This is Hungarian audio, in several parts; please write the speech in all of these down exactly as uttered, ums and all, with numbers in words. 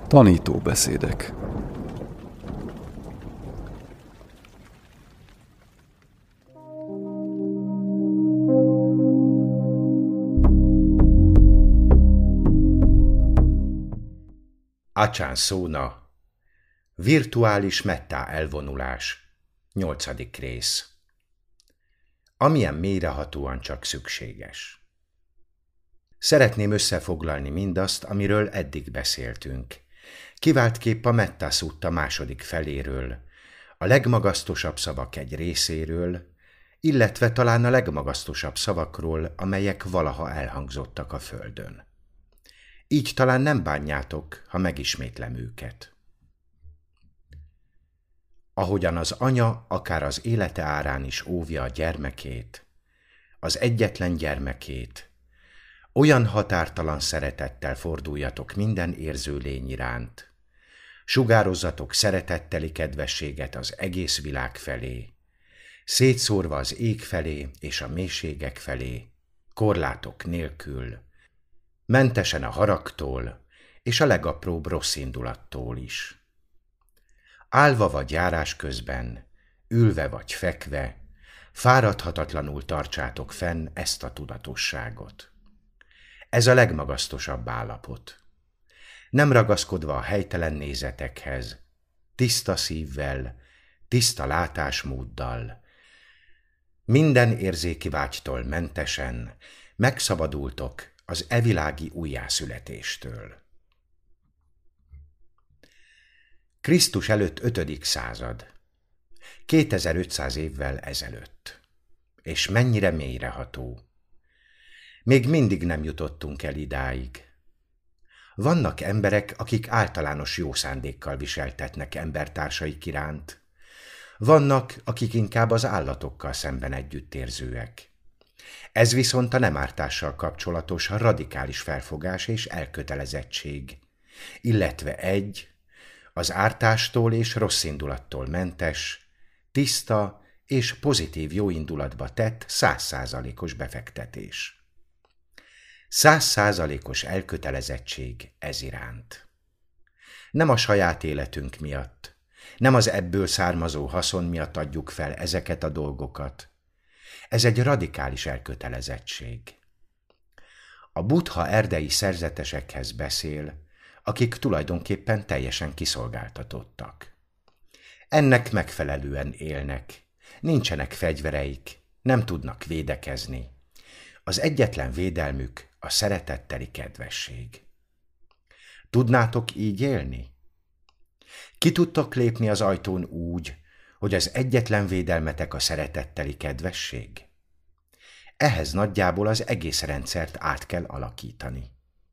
Tanítóbeszédek. Achan Szóna, virtuális mettá elvonulás, nyolcadik rész. Amilyen mélyrehatóan csak szükséges. Szeretném összefoglalni mindazt, amiről eddig beszéltünk. Kiváltképp a Mettá Szutta második feléről, a legmagasztosabb szavak egy részéről, illetve talán a legmagasztosabb szavakról, amelyek valaha elhangzottak a földön. Így talán nem bánjátok, ha megismétlem őket. Ahogyan az anya akár az élete árán is óvja a gyermekét, az egyetlen gyermekét, olyan határtalan szeretettel forduljatok minden érző lény iránt, sugározzatok szeretetteli kedvességet az egész világ felé, szétszórva az ég felé és a mélységek felé, korlátok nélkül, mentesen a haragtól és a legapróbb rosszindulattól is. Állva vagy járás közben, ülve vagy fekve, fáradhatatlanul tartsátok fenn ezt a tudatosságot. Ez a legmagasztosabb állapot. Nem ragaszkodva a helytelen nézetekhez, tiszta szívvel, tiszta látásmóddal, minden érzéki vágytól mentesen megszabadultok az evilági újjászületéstől. Krisztus előtt ötödik század. kétezer-ötszáz évvel ezelőtt. És mennyire mélyreható. Még mindig nem jutottunk el idáig. Vannak emberek, akik általános jó szándékkal viseltetnek embertársaik iránt. Vannak, akik inkább az állatokkal szemben együttérzőek. Ez viszont a nem ártással kapcsolatos radikális felfogás és elkötelezettség, illetve egy, az ártástól és rosszindulat mentes, tiszta és pozitív jóindulatba tett százszázalékos befektetés. Százszázalékos elkötelezettség ez iránt. Nem a saját életünk miatt, nem az ebből származó haszon miatt adjuk fel ezeket a dolgokat. Ez egy radikális elkötelezettség. A Buddha erdei szerzetesekhez beszél, akik tulajdonképpen teljesen kiszolgáltatottak. Ennek megfelelően élnek, nincsenek fegyvereik, nem tudnak védekezni. Az egyetlen védelmük a szeretetteli kedvesség. Tudnátok így élni? Ki tudtok lépni az ajtón úgy, hogy az egyetlen védelmetek a szeretetteli kedvesség? Ehhez nagyjából az egész rendszert át kell alakítani.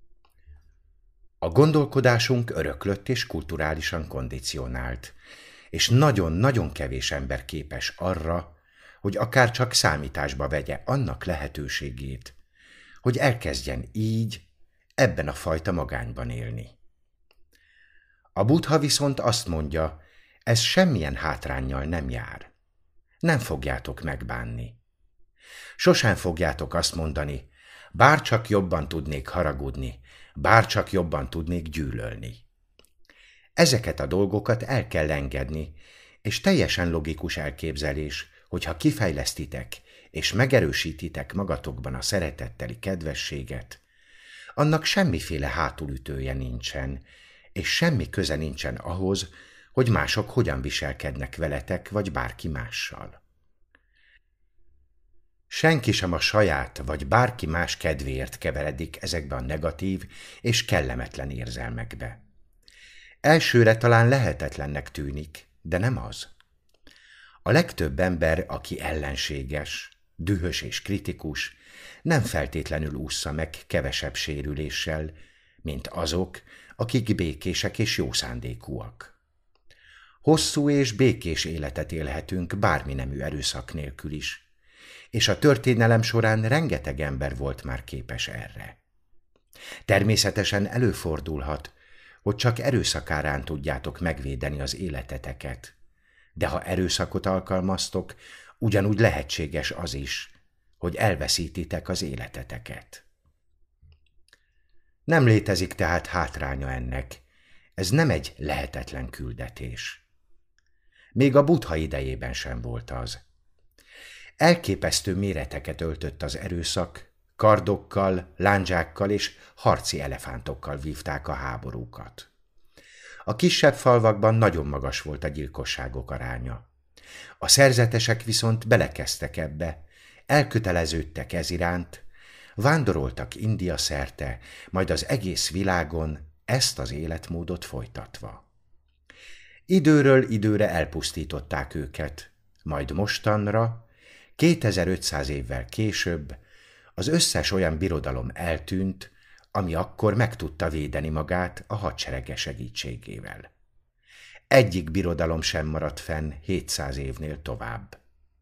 A gondolkodásunk öröklött és kulturálisan kondicionált, és nagyon-nagyon kevés ember képes arra, hogy akár csak számításba vegye annak lehetőségét, hogy elkezdjen így, ebben a fajta magányban élni. A Buddha viszont azt mondja, ez semmilyen hátránnyal nem jár. Nem fogjátok megbánni. Sosem fogjátok azt mondani, bárcsak jobban tudnék haragudni, bárcsak jobban tudnék gyűlölni. Ezeket a dolgokat el kell engedni, és teljesen logikus elképzelés, hogyha kifejlesztitek és megerősítitek magatokban a szeretetteli kedvességet, annak semmiféle hátulütője nincsen, és semmi köze nincsen ahhoz, hogy mások hogyan viselkednek veletek vagy bárki mással. Senki sem a saját vagy bárki más kedvéért keveredik ezekbe a negatív és kellemetlen érzelmekbe. Elsőre talán lehetetlennek tűnik, de nem az. A legtöbb ember, aki ellenséges, dühös és kritikus, nem feltétlenül ússza meg kevesebb sérüléssel, mint azok, akik békések és jószándékúak. Hosszú és békés életet élhetünk bármi nemű erőszak nélkül is, és a történelem során rengeteg ember volt már képes erre. Természetesen előfordulhat, hogy csak erőszak árán tudjátok megvédeni az életeteket, de ha erőszakot alkalmaztok, ugyanúgy lehetséges az is, hogy elveszítitek az életeteket. Nem létezik tehát hátránya ennek, Ez nem egy lehetetlen küldetés. Még a Buddha idejében sem volt az. Elképesztő méreteket öltött az erőszak, kardokkal, lándzsákkal és harci elefántokkal vívták a háborúkat. A kisebb falvakban nagyon magas volt a gyilkosságok aránya. A szerzetesek viszont belekezdtek ebbe, elköteleződtek ez iránt, vándoroltak India szerte, majd az egész világon ezt az életmódot folytatva. Időről időre elpusztították őket, majd mostanra, kétezer-ötszáz évvel később az összes olyan birodalom eltűnt, ami akkor meg tudta védeni magát a hadserege segítségével. Egyik birodalom sem maradt fenn hétszáz évnél tovább.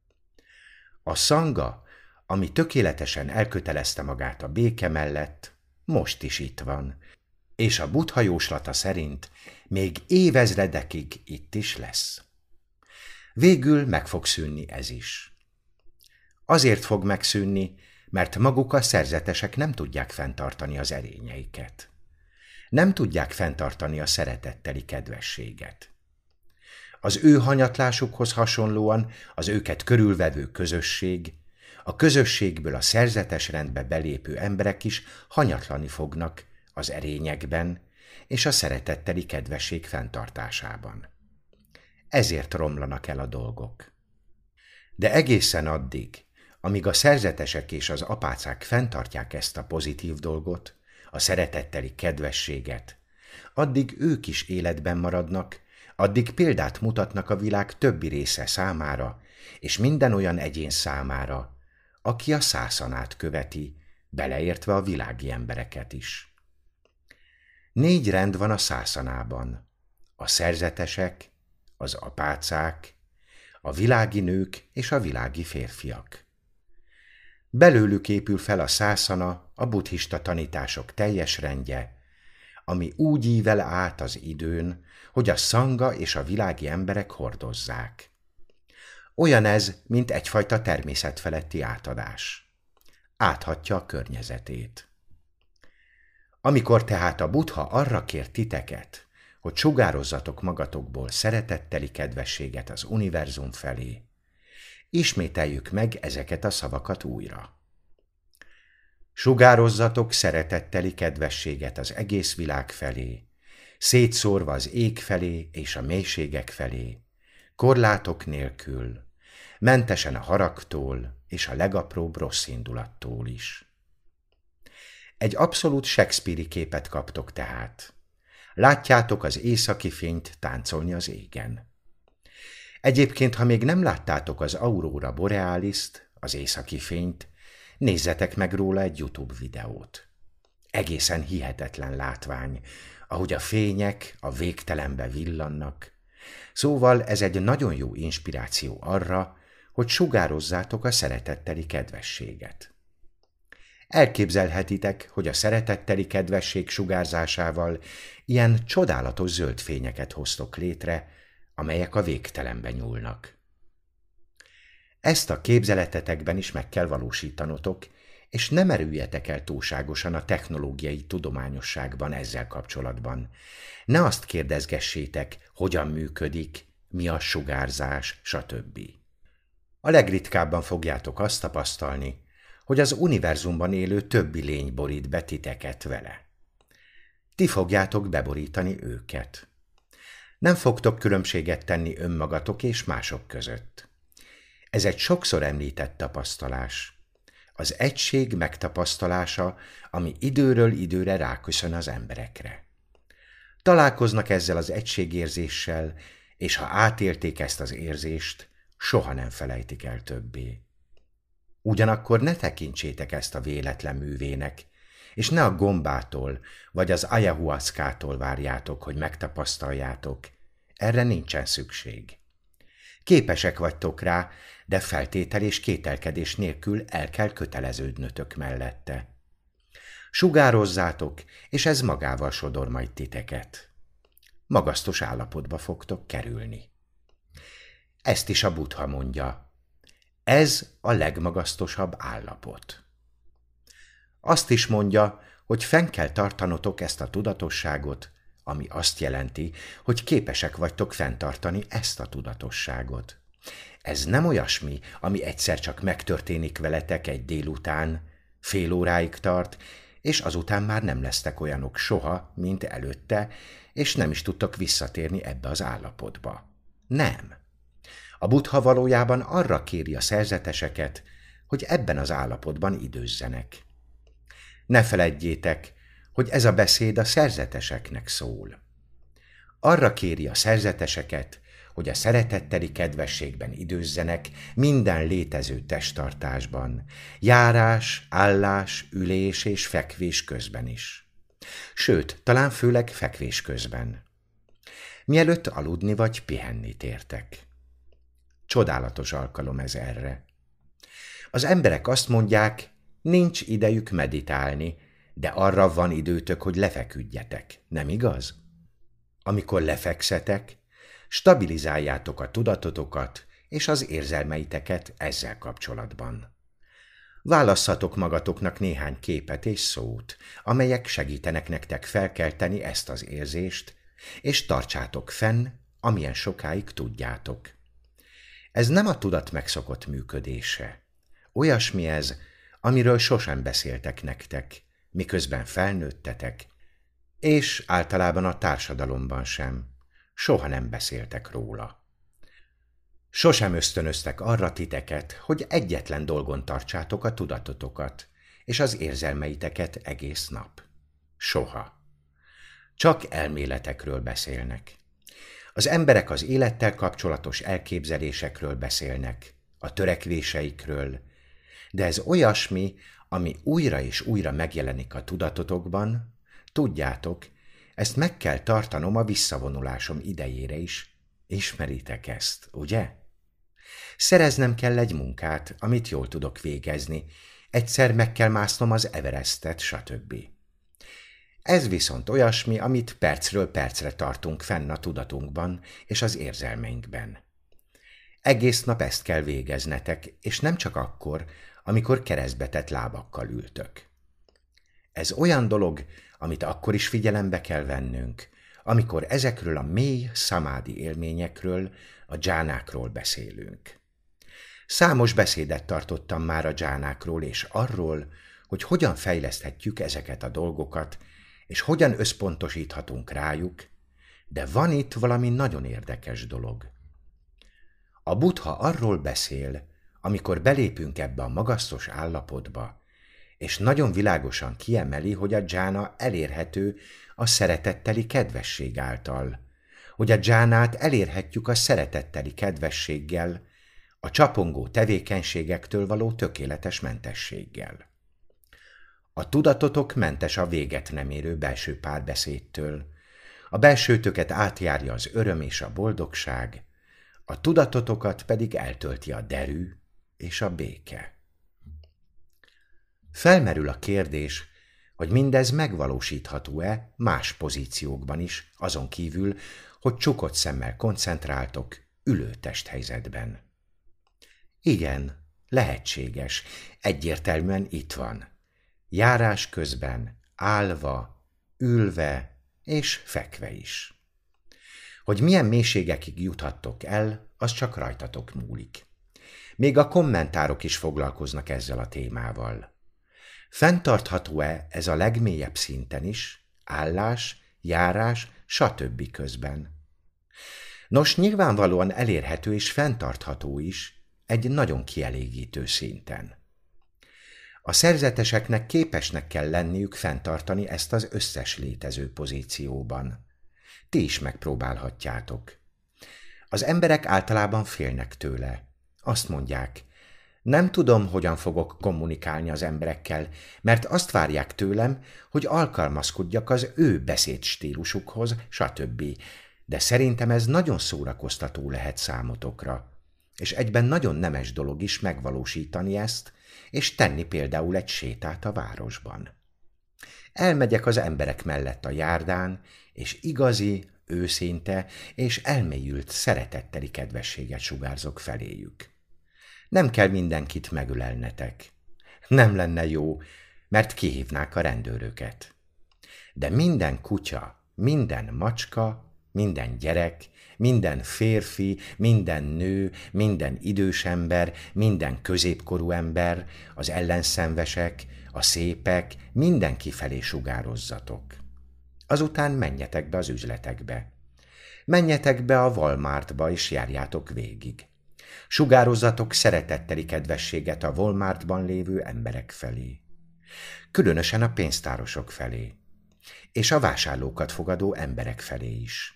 A szanga, ami tökéletesen elkötelezte magát a béke mellett, most is itt van, és a Buddha jóslata szerint még évezredekig itt is lesz. Végül meg fog szűnni ez is. Azért fog megszűnni, mert maguk a szerzetesek nem tudják fenntartani az erényeiket. Nem tudják fenntartani a szeretetteli kedvességet. Az ő hanyatlásukhoz hasonlóan az őket körülvevő közösség, a közösségből a szerzetes rendbe belépő emberek is hanyatlani fognak az erényekben és a szeretetteli kedvesség fenntartásában. Ezért romlanak el a dolgok. De egészen addig, amíg a szerzetesek és az apácák fenntartják ezt a pozitív dolgot, a szeretetteli kedvességet, addig ők is életben maradnak, addig példát mutatnak a világ többi része számára, és minden olyan egyén számára, aki a szászanát követi, beleértve a világi embereket is. Négy rend van a szászanában: a szerzetesek, az apácák, a világi nők és a világi férfiak. Belőlük épül fel a szászana, a buddhista tanítások teljes rendje, ami úgy ível át az időn, hogy a szanga és a világi emberek hordozzák. Olyan ez, mint egyfajta természetfeletti átadás. Áthatja a környezetét. Amikor tehát a Buddha arra kér titeket, hogy sugározzatok magatokból szeretetteli kedvességet az univerzum felé, ismételjük meg ezeket a szavakat újra. Sugározzatok szeretetteli kedvességet az egész világ felé, szétszórva az ég felé és a mélységek felé, korlátok nélkül, mentesen a haragtól és a legapróbb rossz indulattól is. Egy abszolút Shakespeare-i képet kaptok tehát. Látjátok az északi fényt táncolni az égen. Egyébként, ha még nem láttátok az Aurora Borealist, az északi fényt, nézzetek meg róla egy YouTube videót. Egészen hihetetlen látvány, ahogy a fények a végtelenbe villannak. Szóval ez egy nagyon jó inspiráció arra, hogy sugározzátok a szeretetteli kedvességet. Elképzelhetitek, hogy a szeretetteli kedvesség sugárzásával ilyen csodálatos zöld fényeket hoztok létre, amelyek a végtelenbe nyúlnak. Ezt a képzeletetekben is meg kell valósítanotok, és ne merüljetek el túlságosan a technológiai tudományosságban ezzel kapcsolatban. Ne azt kérdezgessétek, hogyan működik, mi a sugárzás, stb. A legritkábban fogjátok azt tapasztalni, hogy az univerzumban élő többi lény borít be titeket vele. Ti fogjátok beborítani őket. Nem fogtok különbséget tenni önmagatok és mások között. Ez egy sokszor említett tapasztalás. Az egység megtapasztalása, ami időről időre ráköszön az emberekre. Találkoznak ezzel az egységérzéssel, és ha átélték ezt az érzést, soha nem felejtik el többé. Ugyanakkor ne tekintsétek ezt a véletlen művének, és ne a gombától vagy az ayahuaszkától várjátok, hogy megtapasztaljátok. Erre nincsen szükség. Képesek vagytok rá, de feltétel és kételkedés nélkül el kell köteleződnötök mellette. Sugározzátok, és ez magával sodor majd titeket. Magasztos állapotba fogtok kerülni. Ezt is a Buddha mondja. Ez a legmagasztosabb állapot. Azt is mondja, hogy fenn kell tartanotok ezt a tudatosságot ami azt jelenti, hogy képesek vagytok fenntartani ezt a tudatosságot. Ez nem olyasmi, ami egyszer csak megtörténik veletek egy délután, fél óráig tart, és azután már nem lesztek olyanok soha, mint előtte, és nem is tudtok visszatérni ebbe az állapotba. Nem. A Buddha valójában arra kéri a szerzeteseket, hogy ebben az állapotban időzzenek. Ne feledjétek, hogy ez a beszéd a szerzeteseknek szól. Arra kéri a szerzeteseket, hogy a szeretetteli kedvességben időzzenek minden létező testtartásban, járás, állás, ülés és fekvés közben is. Sőt, talán főleg fekvés közben. Mielőtt aludni vagy pihenni tértek. Csodálatos alkalom ez erre. Az emberek azt mondják, nincs idejük meditálni, de arra van időtök, hogy lefeküdjetek, nem igaz? Amikor lefekszetek, stabilizáljátok a tudatotokat és az érzelmeiteket ezzel kapcsolatban. Válasszatok magatoknak néhány képet és szót, amelyek segítenek nektek felkelteni ezt az érzést, és tartsátok fenn, amilyen sokáig tudjátok. Ez nem a tudat megszokott működése. Olyasmi ez, amiről sosem beszéltek nektek, miközben felnőttetek, és általában a társadalomban sem. Soha nem beszéltek róla. Sosem ösztönöztek arra titeket, hogy egyetlen dolgon tartsátok a tudatotokat, és az érzelmeiteket egész nap. Soha. Csak elméletekről beszélnek. Az emberek az élettel kapcsolatos elképzelésekről beszélnek, a törekvéseikről, de ez olyasmi, ami újra és újra megjelenik a tudatotokban, tudjátok, ezt meg kell tartanom a visszavonulásom idejére is. Ismeritek ezt, ugye? Szereznem kell egy munkát, amit jól tudok végezni, egyszer meg kell másznom az Everestet, stb. Ez viszont olyasmi, amit percről percre tartunk fenn a tudatunkban és az érzelmeinkben. Egész nap ezt kell végeznetek, és nem csak akkor, amikor keresztbetett lábakkal ültök. Ez olyan dolog, amit akkor is figyelembe kell vennünk, amikor ezekről a mély szamádi élményekről, a dzsánákról beszélünk. Számos beszédet tartottam már a dzsánákról és arról, hogy hogyan fejleszthetjük ezeket a dolgokat, és hogyan összpontosíthatunk rájuk, de van itt valami nagyon érdekes dolog. A Buddha arról beszél, amikor belépünk ebbe a magasztos állapotba, és nagyon világosan kiemeli, hogy a dzsána elérhető a szeretetteli kedvesség által, hogy a dzsánát elérhetjük a szeretetteli kedvességgel, a csapongó tevékenységektől való tökéletes mentességgel. A tudatotok mentes a véget nem érő belső párbeszédtől, a belsőtöket átjárja az öröm és a boldogság, a tudatotokat pedig eltölti a derű és a béke. Felmerül a kérdés, hogy mindez megvalósítható-e más pozíciókban is, azon kívül, hogy csukott szemmel koncentráltok ülő testhelyzetben. Igen, lehetséges, egyértelműen itt van. Járás közben, állva, ülve és fekve is. Hogy milyen mélységekig juthattok el, az csak rajtatok múlik. Még a kommentárok is foglalkoznak ezzel a témával. Fenntartható-e ez a legmélyebb szinten is, állás, járás, stb. Közben? Nos, nyilvánvalóan elérhető és fenntartható is egy nagyon kielégítő szinten. A szerzeteseknek képesnek kell lenniük fenntartani ezt az összes létező pozícióban. Ti is megpróbálhatjátok. Az emberek általában félnek tőle. Azt mondják, nem tudom, hogyan fogok kommunikálni az emberekkel, mert azt várják tőlem, hogy alkalmazkodjak az ő beszédstílusukhoz, stb. De szerintem ez nagyon szórakoztató lehet számotokra, és egyben nagyon nemes dolog is megvalósítani ezt, és tenni például egy sétát a városban. Elmegyek az emberek mellett a járdán, és igazi, őszinte és elmélyült szeretetteli kedvességet sugárzok feléjük. Nem kell mindenkit megölelnetek. Nem lenne jó, mert kihívnák a rendőröket. De minden kutya, minden macska, minden gyerek, minden férfi, minden nő, minden idős ember, minden középkorú ember, az ellenszenvesek, a szépek, mindenki felé sugározzatok. Azután menjetek be az üzletekbe. Menjetek be a Walmartba, és járjátok végig. Sugározzatok szeretetteli kedvességet a Walmartban lévő emberek felé. Különösen a pénztárosok felé, és a vásárlókat fogadó emberek felé is.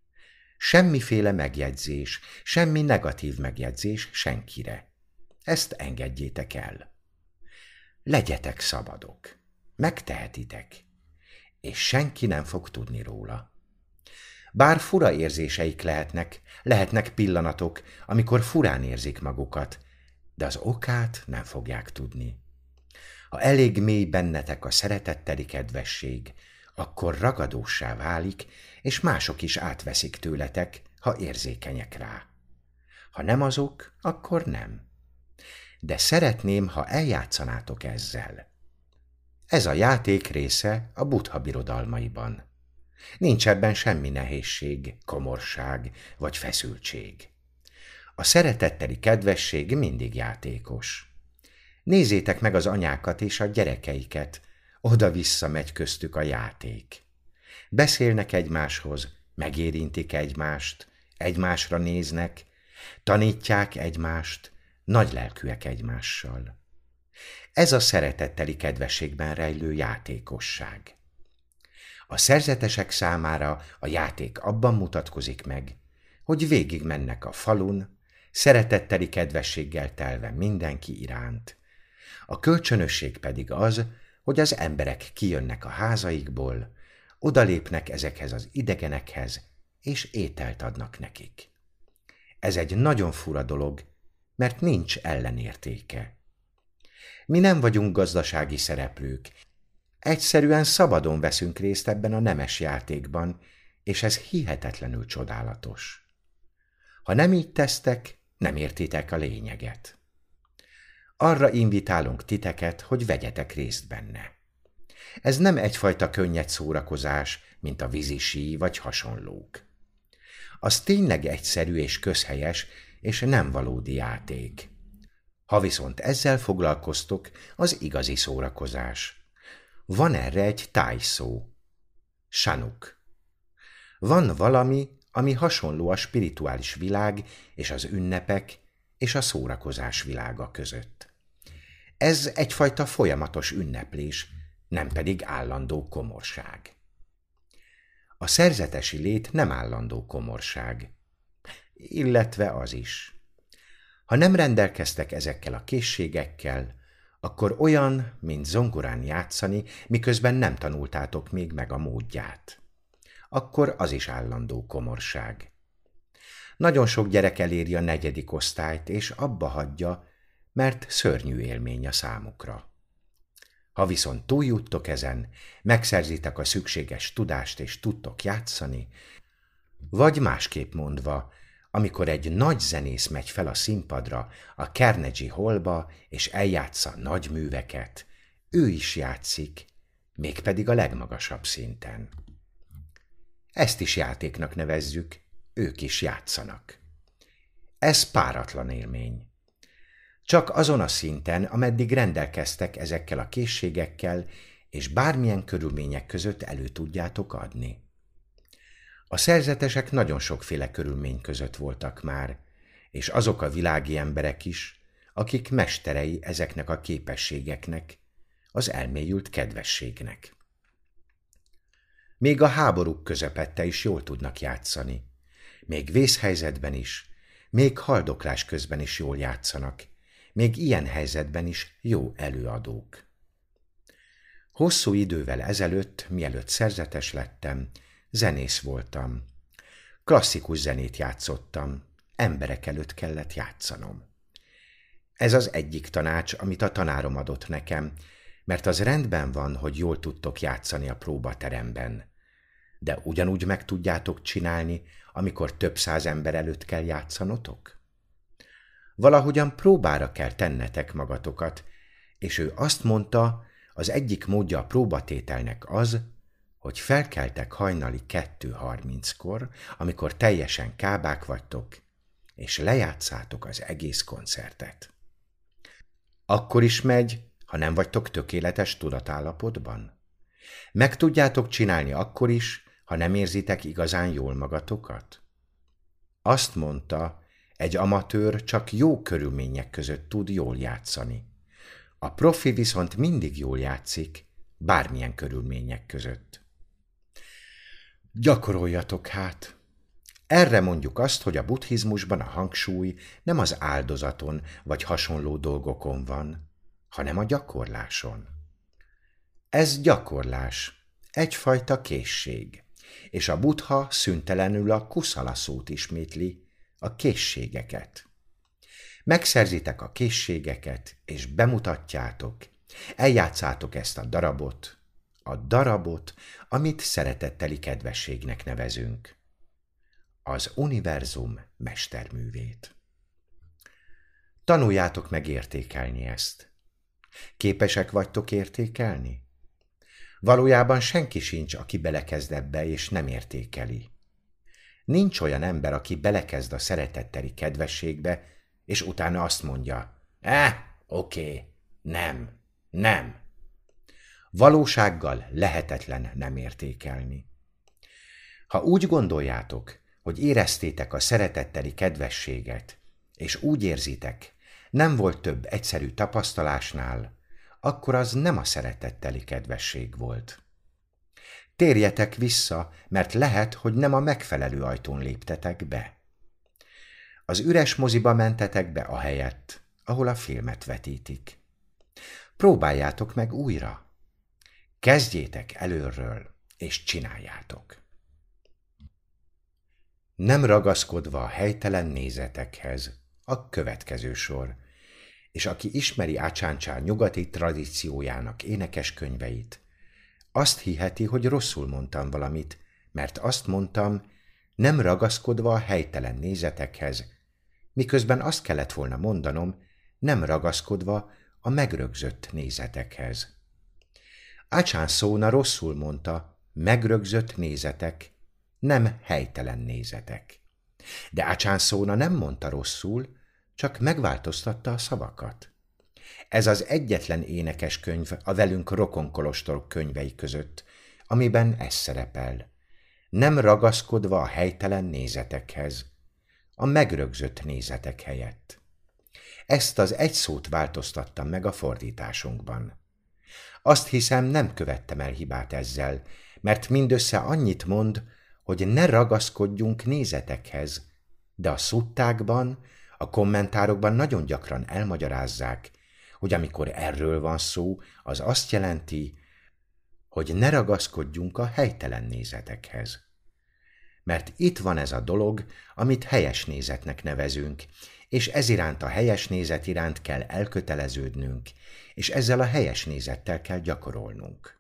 Semmiféle megjegyzés, semmi negatív megjegyzés senkire. Ezt engedjétek el. Legyetek szabadok. Megtehetitek. És senki nem fog tudni róla. Bár fura érzéseik lehetnek, lehetnek pillanatok, amikor furán érzik magukat, de az okát nem fogják tudni. Ha elég mély bennetek a szeretetteli kedvesség, akkor ragadóssá válik, és mások is átveszik tőletek, ha érzékenyek rá. Ha nem azok, akkor nem. De szeretném, ha eljátszanátok ezzel. Ez a játék része a Buddha birodalmaiban. Nincs ebben semmi nehézség, komorság vagy feszültség. A szeretetteli kedvesség mindig játékos. Nézzétek meg az anyákat és a gyerekeiket, oda-vissza megy köztük a játék. Beszélnek egymáshoz, megérintik egymást, egymásra néznek, tanítják egymást, nagylelkűek egymással. Ez a szeretetteli kedvességben rejlő játékosság. A szerzetesek számára a játék abban mutatkozik meg, hogy végig mennek a falun, szeretetteli kedvességgel telve mindenki iránt. A kölcsönösség pedig az, hogy az emberek kijönnek a házaikból, odalépnek ezekhez az idegenekhez, és ételt adnak nekik. Ez egy nagyon fura dolog, mert nincs ellenértéke. Mi nem vagyunk gazdasági szereplők, egyszerűen szabadon veszünk részt ebben a nemes játékban, és ez hihetetlenül csodálatos. Ha nem így tesztek, nem értitek a lényeget. Arra invitálunk titeket, hogy vegyetek részt benne. Ez nem egyfajta könnyed szórakozás, mint a vízisí vagy hasonlók. Az tényleg egyszerű és közhelyes, és nem valódi játék. Ha viszont ezzel foglalkoztok, az igazi szórakozás. Van erre egy táj szó. Sanuk. Van valami, ami hasonló a spirituális világ és az ünnepek és a szórakozás világa között. Ez egyfajta folyamatos ünneplés, nem pedig állandó komorság. A szerzetesi lét nem állandó komorság, illetve az is. Ha nem rendelkeztek ezekkel a készségekkel, akkor olyan, mint zongorán játszani, miközben nem tanultátok még meg a módját. Akkor az is állandó komorság. Nagyon sok gyerek eléri a negyedik osztályt, és abba hagyja, mert szörnyű élmény a számukra. Ha viszont túljuttok ezen, megszerzitek a szükséges tudást és tudtok játszani, vagy másképp mondva, amikor egy nagy zenész megy fel a színpadra, a Carnegie Hallba, és eljátsza nagy műveket, ő is játszik, mégpedig a legmagasabb szinten. Ezt is játéknak nevezzük, ők is játszanak. Ez páratlan élmény. Csak azon a szinten, ameddig rendelkeztek ezekkel a készségekkel, és bármilyen körülmények között elő tudjátok adni. A szerzetesek nagyon sokféle körülmény között voltak már, és azok a világi emberek is, akik mesterei ezeknek a képességeknek, az elmélyült kedvességnek. Még a háborúk közepette is jól tudnak játszani, még vészhelyzetben is, még haldoklás közben is jól játszanak, még ilyen helyzetben is jó előadók. Hosszú idővel ezelőtt, mielőtt szerzetes lettem, zenész voltam. Klasszikus zenét játszottam, emberek előtt kellett játszanom. Ez az egyik tanács, amit a tanárom adott nekem, mert az rendben van, hogy jól tudtok játszani a próbateremben, de ugyanúgy meg tudjátok csinálni, amikor több száz ember előtt kell játszanotok? Valahogyan próbára kell tennetek magatokat, és ő azt mondta, az egyik módja a próbatételnek az, hogy felkeltek hajnali kettő harminckor, amikor teljesen kábák vagytok, és lejátszátok az egész koncertet. Akkor is megy, ha nem vagytok tökéletes tudatállapotban? Meg tudjátok csinálni akkor is, ha nem érzitek igazán jól magatokat? Azt mondta, egy amatőr csak jó körülmények között tud jól játszani. A profi viszont mindig jól játszik, bármilyen körülmények között. Gyakoroljatok hát! Erre mondjuk azt, hogy a buddhizmusban a hangsúly nem az áldozaton vagy hasonló dolgokon van, hanem a gyakorláson. Ez gyakorlás, egyfajta készség, és a Buddha szüntelenül a kuszala szót ismétli, a készségeket. Megszerzitek a készségeket, és bemutatjátok, eljátszátok ezt a darabot, a darabot, amit szeretetteli kedvességnek nevezünk. Az univerzum mesterművét. Tanuljátok meg értékelni ezt. Képesek vagytok értékelni? Valójában senki sincs, aki belekezd ebbe és nem értékeli. Nincs olyan ember, aki belekezd a szeretetteli kedvességbe, és utána azt mondja, eh, oké, nem, nem. Valósággal lehetetlen nem értékelni. Ha úgy gondoljátok, hogy éreztétek a szeretetteli kedvességet, és úgy érzitek, nem volt több egyszerű tapasztalásnál, akkor az nem a szeretetteli kedvesség volt. Térjetek vissza, mert lehet, hogy nem a megfelelő ajtón léptetek be. Az üres moziba mentetek be ahelyett, ahol a filmet vetítik. Próbáljátok meg újra. Kezdjétek előről, és csináljátok. Nem ragaszkodva a helytelen nézetekhez, a következő sor, és aki ismeri Ajahn Chah nyugati tradíciójának énekeskönyveit, azt hiheti, hogy rosszul mondtam valamit, mert azt mondtam, nem ragaszkodva a helytelen nézetekhez, miközben azt kellett volna mondanom, nem ragaszkodva a megrögzött nézetekhez. Ajahn Szóna rosszul mondta, megrögzött nézetek, nem helytelen nézetek. De Ajahn Szóna nem mondta rosszul, csak megváltoztatta a szavakat. Ez az egyetlen énekeskönyv a velünk rokonkolostorok könyvei között, amiben ez szerepel. Nem ragaszkodva a helytelen nézetekhez, a megrögzött nézetek helyett. Ezt az egy szót változtattam meg a fordításunkban. Azt hiszem, nem követtem el hibát ezzel, mert mindössze annyit mond, hogy ne ragaszkodjunk nézetekhez, de a szuttákban, a kommentárokban nagyon gyakran elmagyarázzák, hogy amikor erről van szó, az azt jelenti, hogy ne ragaszkodjunk a helytelen nézetekhez. Mert itt van ez a dolog, amit helyes nézetnek nevezünk, és ez iránt a helyes nézet iránt kell elköteleződnünk, és ezzel a helyes nézettel kell gyakorolnunk.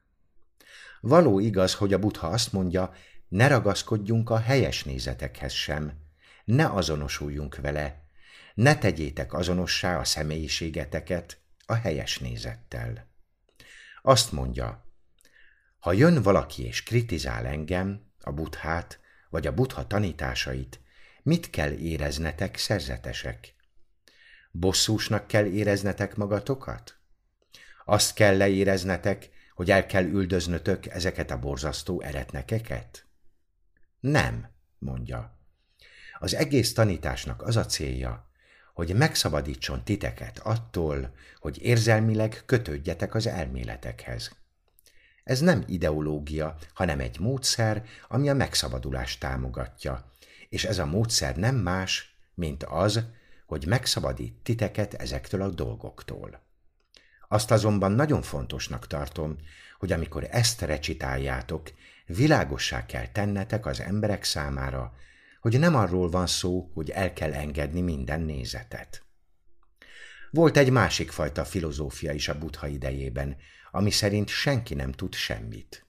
Való igaz, hogy a Buddha azt mondja, ne ragaszkodjunk a helyes nézetekhez sem, ne azonosuljunk vele, ne tegyétek azonossá a személyiségeteket a helyes nézettel. Azt mondja, ha jön valaki és kritizál engem, a Buddhát, vagy a Buddha tanításait, mit kell éreznetek, szerzetesek? Bosszúsnak kell éreznetek magatokat? Azt kell leéreznetek, hogy el kell üldöznötök ezeket a borzasztó eretnekeket? Nem, mondja. Az egész tanításnak az a célja, hogy megszabadítson titeket attól, hogy érzelmileg kötődjetek az elméletekhez. Ez nem ideológia, hanem egy módszer, ami a megszabadulást támogatja, és ez a módszer nem más, mint az, hogy megszabadít titeket ezektől a dolgoktól. Azt azonban nagyon fontosnak tartom, hogy amikor ezt recitáljátok, világossá kell tennetek az emberek számára, hogy nem arról van szó, hogy el kell engedni minden nézetet. Volt egy másik fajta filozófia is a Buddha idejében, ami szerint senki nem tud semmit.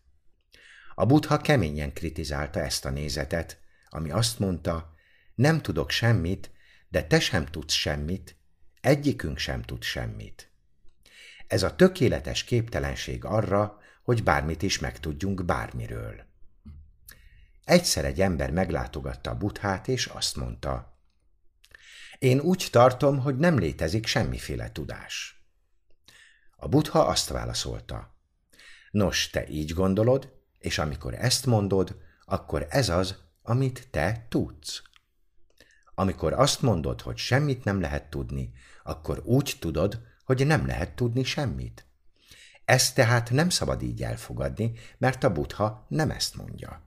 A Buddha keményen kritizálta ezt a nézetet, ami azt mondta, nem tudok semmit, de te sem tudsz semmit, egyikünk sem tud semmit. Ez a tökéletes képtelenség arra, hogy bármit is megtudjunk bármiről. Egyszer egy ember meglátogatta a Buddhát, és azt mondta: én úgy tartom, hogy nem létezik semmiféle tudás. A Buddha azt válaszolta: nos, te így gondolod, és amikor ezt mondod, akkor ez az, amit te tudsz. Amikor azt mondod, hogy semmit nem lehet tudni, akkor úgy tudod, hogy nem lehet tudni semmit. Ezt tehát nem szabad így elfogadni, mert a Buddha nem ezt mondja.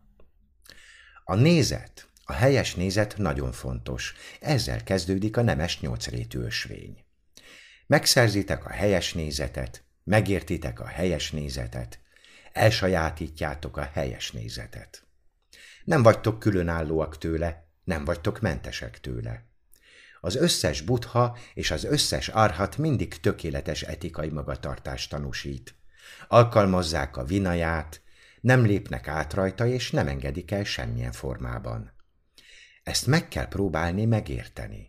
A nézet, a helyes nézet nagyon fontos, ezzel kezdődik a nemes nyolcrétű ösvény. Megszerzitek a helyes nézetet, megértitek a helyes nézetet, elsajátítjátok a helyes nézetet. Nem vagytok különállóak tőle, nem vagytok mentesek tőle. Az összes Buddha és az összes arhat mindig tökéletes etikai magatartást tanúsít. Alkalmazzák a vinaját, nem lépnek át rajta és nem engedik el semmilyen formában. Ezt meg kell próbálni megérteni.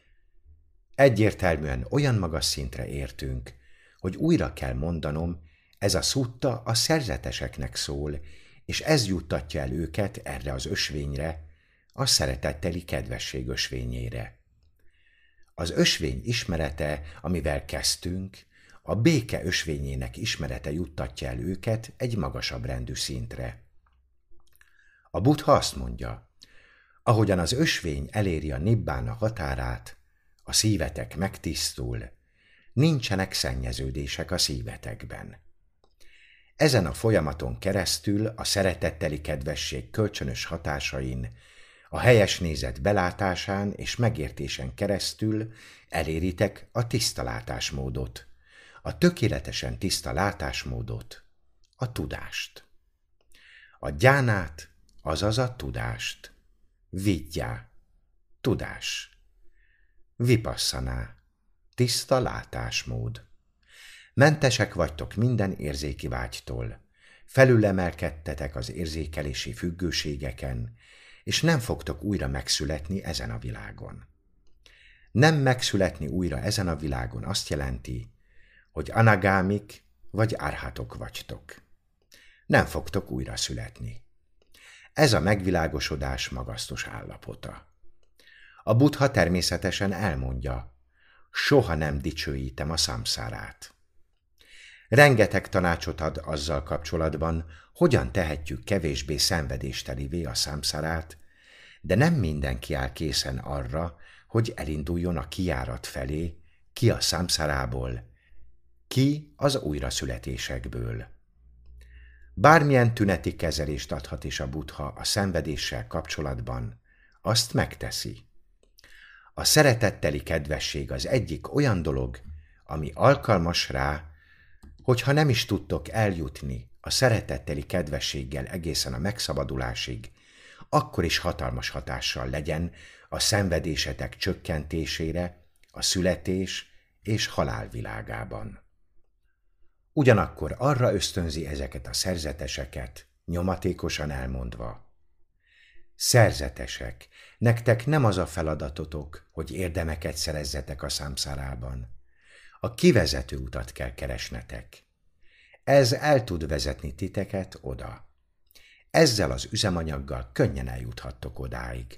Egyértelműen olyan magas szintre értünk, hogy újra kell mondanom, ez a szutta a szerzeteseknek szól, és ez juttatja el őket erre az ösvényre, a szeretetteli kedvesség ösvényére. Az ösvény ismerete, amivel kezdtünk, a béke ösvényének ismerete juttatja el őket egy magasabb rendű szintre. A Buddha azt mondja: ahogyan az ösvény eléri a nibbána határát, a szívetek megtisztul, nincsenek szennyeződések a szívetekben. Ezen a folyamaton keresztül a szeretetteli kedvesség kölcsönös hatásain, a helyes nézet belátásán és megértésen keresztül eléritek a tiszta látásmódot, a tökéletesen tiszta látásmódot, a tudást. A gyánát, azaz a tudást, vigyá, tudás, vipassaná, tiszta látásmód. Mentesek vagytok minden érzéki vágytól, felülemelkedtetek az érzékelési függőségeken, és nem fogtok újra megszületni ezen a világon. Nem megszületni újra ezen a világon azt jelenti, hogy anagámik vagy árhátok vagytok. Nem fogtok újra születni. Ez a megvilágosodás magasztos állapota. A Buddha természetesen elmondja: soha nem dicsőítem a szamszárát. Rengeteg tanácsot ad azzal kapcsolatban, hogyan tehetjük kevésbé szenvedéstelivé a szamszárát, de nem mindenki áll készen arra, hogy elinduljon a kijárat felé, ki a szamszárából, ki az újraszületésekből. Bármilyen tüneti kezelést adhat is a Buddha a szenvedéssel kapcsolatban, azt megteszi. A szeretetteli kedvesség az egyik olyan dolog, ami alkalmas rá, hogyha nem is tudtok eljutni a szeretetteli kedvességgel egészen a megszabadulásig, akkor is hatalmas hatással legyen a szenvedésetek csökkentésére, a születés és halál világában. Ugyanakkor arra ösztönzi ezeket a szerzeteseket, nyomatékosan elmondva: szerzetesek, nektek nem az a feladatotok, hogy érdemeket szerezzetek a számszárában. A kivezető utat kell keresnetek. Ez el tud vezetni titeket oda. Ezzel az üzemanyaggal könnyen eljuthattok odáig.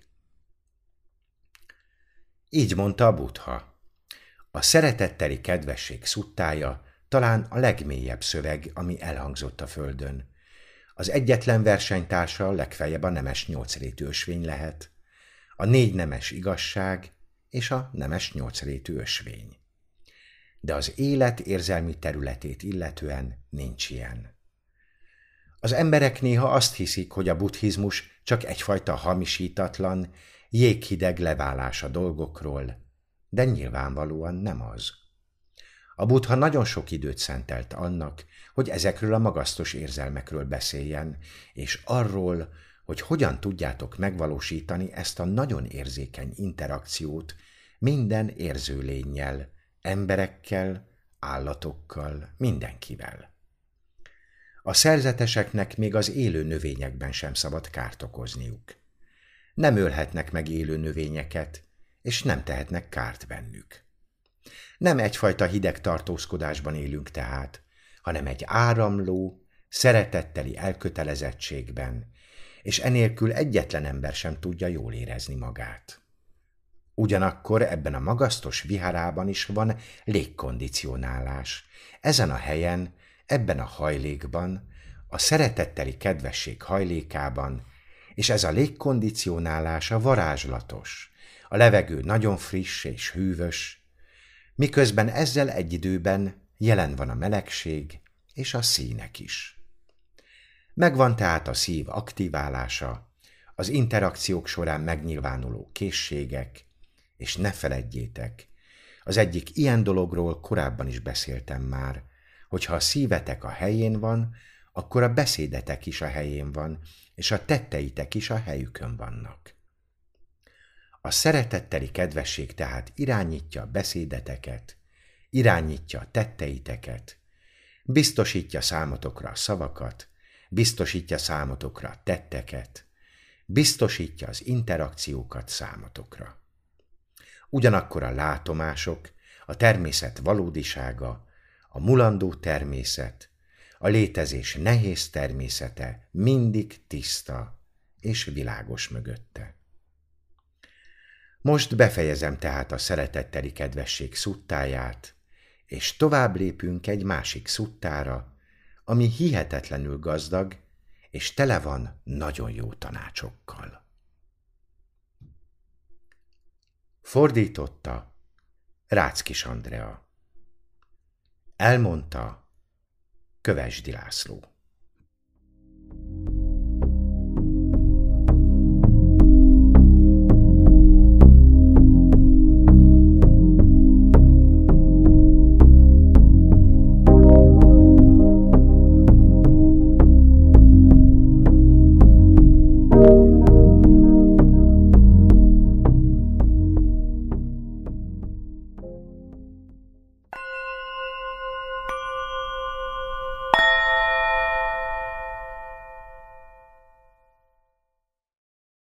Így mondta a Buddha. A szeretetteli kedvesség szuttája talán a legmélyebb szöveg, ami elhangzott a földön. Az egyetlen versenytársa legfeljebb a nemes nyolcrétű ösvény lehet, a négy nemes igazság és a nemes nyolcrétű ösvény. De az élet érzelmi területét illetően nincs ilyen. Az emberek néha azt hiszik, hogy a buddhizmus csak egyfajta hamisítatlan, jéghideg leválás a dolgokról, de nyilvánvalóan nem az. A Buddha nagyon sok időt szentelt annak, hogy ezekről a magasztos érzelmekről beszéljen, és arról, hogy hogyan tudjátok megvalósítani ezt a nagyon érzékeny interakciót minden érzőlénnyel, emberekkel, állatokkal, mindenkivel. A szerzeteseknek még az élő növényekben sem szabad kárt okozniuk. Nem ölhetnek meg élő növényeket, és nem tehetnek kárt bennük. Nem egyfajta hideg tartózkodásban élünk tehát, hanem egy áramló, szeretetteli elkötelezettségben, és enélkül egyetlen ember sem tudja jól érezni magát. Ugyanakkor ebben a magasztos viharában is van légkondicionálás. Ezen a helyen, ebben a hajlékban, a szeretetteli kedvesség hajlékában, és ez a légkondicionálás a varázslatos, a levegő nagyon friss és hűvös, miközben ezzel egy időben jelen van a melegség és a színek is. Megvan tehát a szív aktiválása, az interakciók során megnyilvánuló készségek, és ne feledjétek, az egyik ilyen dologról korábban is beszéltem már, hogyha a szívetek a helyén van, akkor a beszédetek is a helyén van, és a tetteitek is a helyükön vannak. A szeretetteli kedvesség tehát irányítja a beszédeteket, irányítja a tetteiteket, biztosítja számotokra a szavakat, biztosítja számotokra a tetteket, biztosítja az interakciókat számotokra. Ugyanakkor a látomások, a természet valódisága, a mulandó természet, a létezés nehéz természete mindig tiszta és világos mögötte. Most befejezem tehát a szeretetteli kedvesség szuttáját, és tovább lépünk egy másik szuttára, ami hihetetlenül gazdag, és tele van nagyon jó tanácsokkal. Fordította Ráckis Andrea. Elmondta Kövesdi László.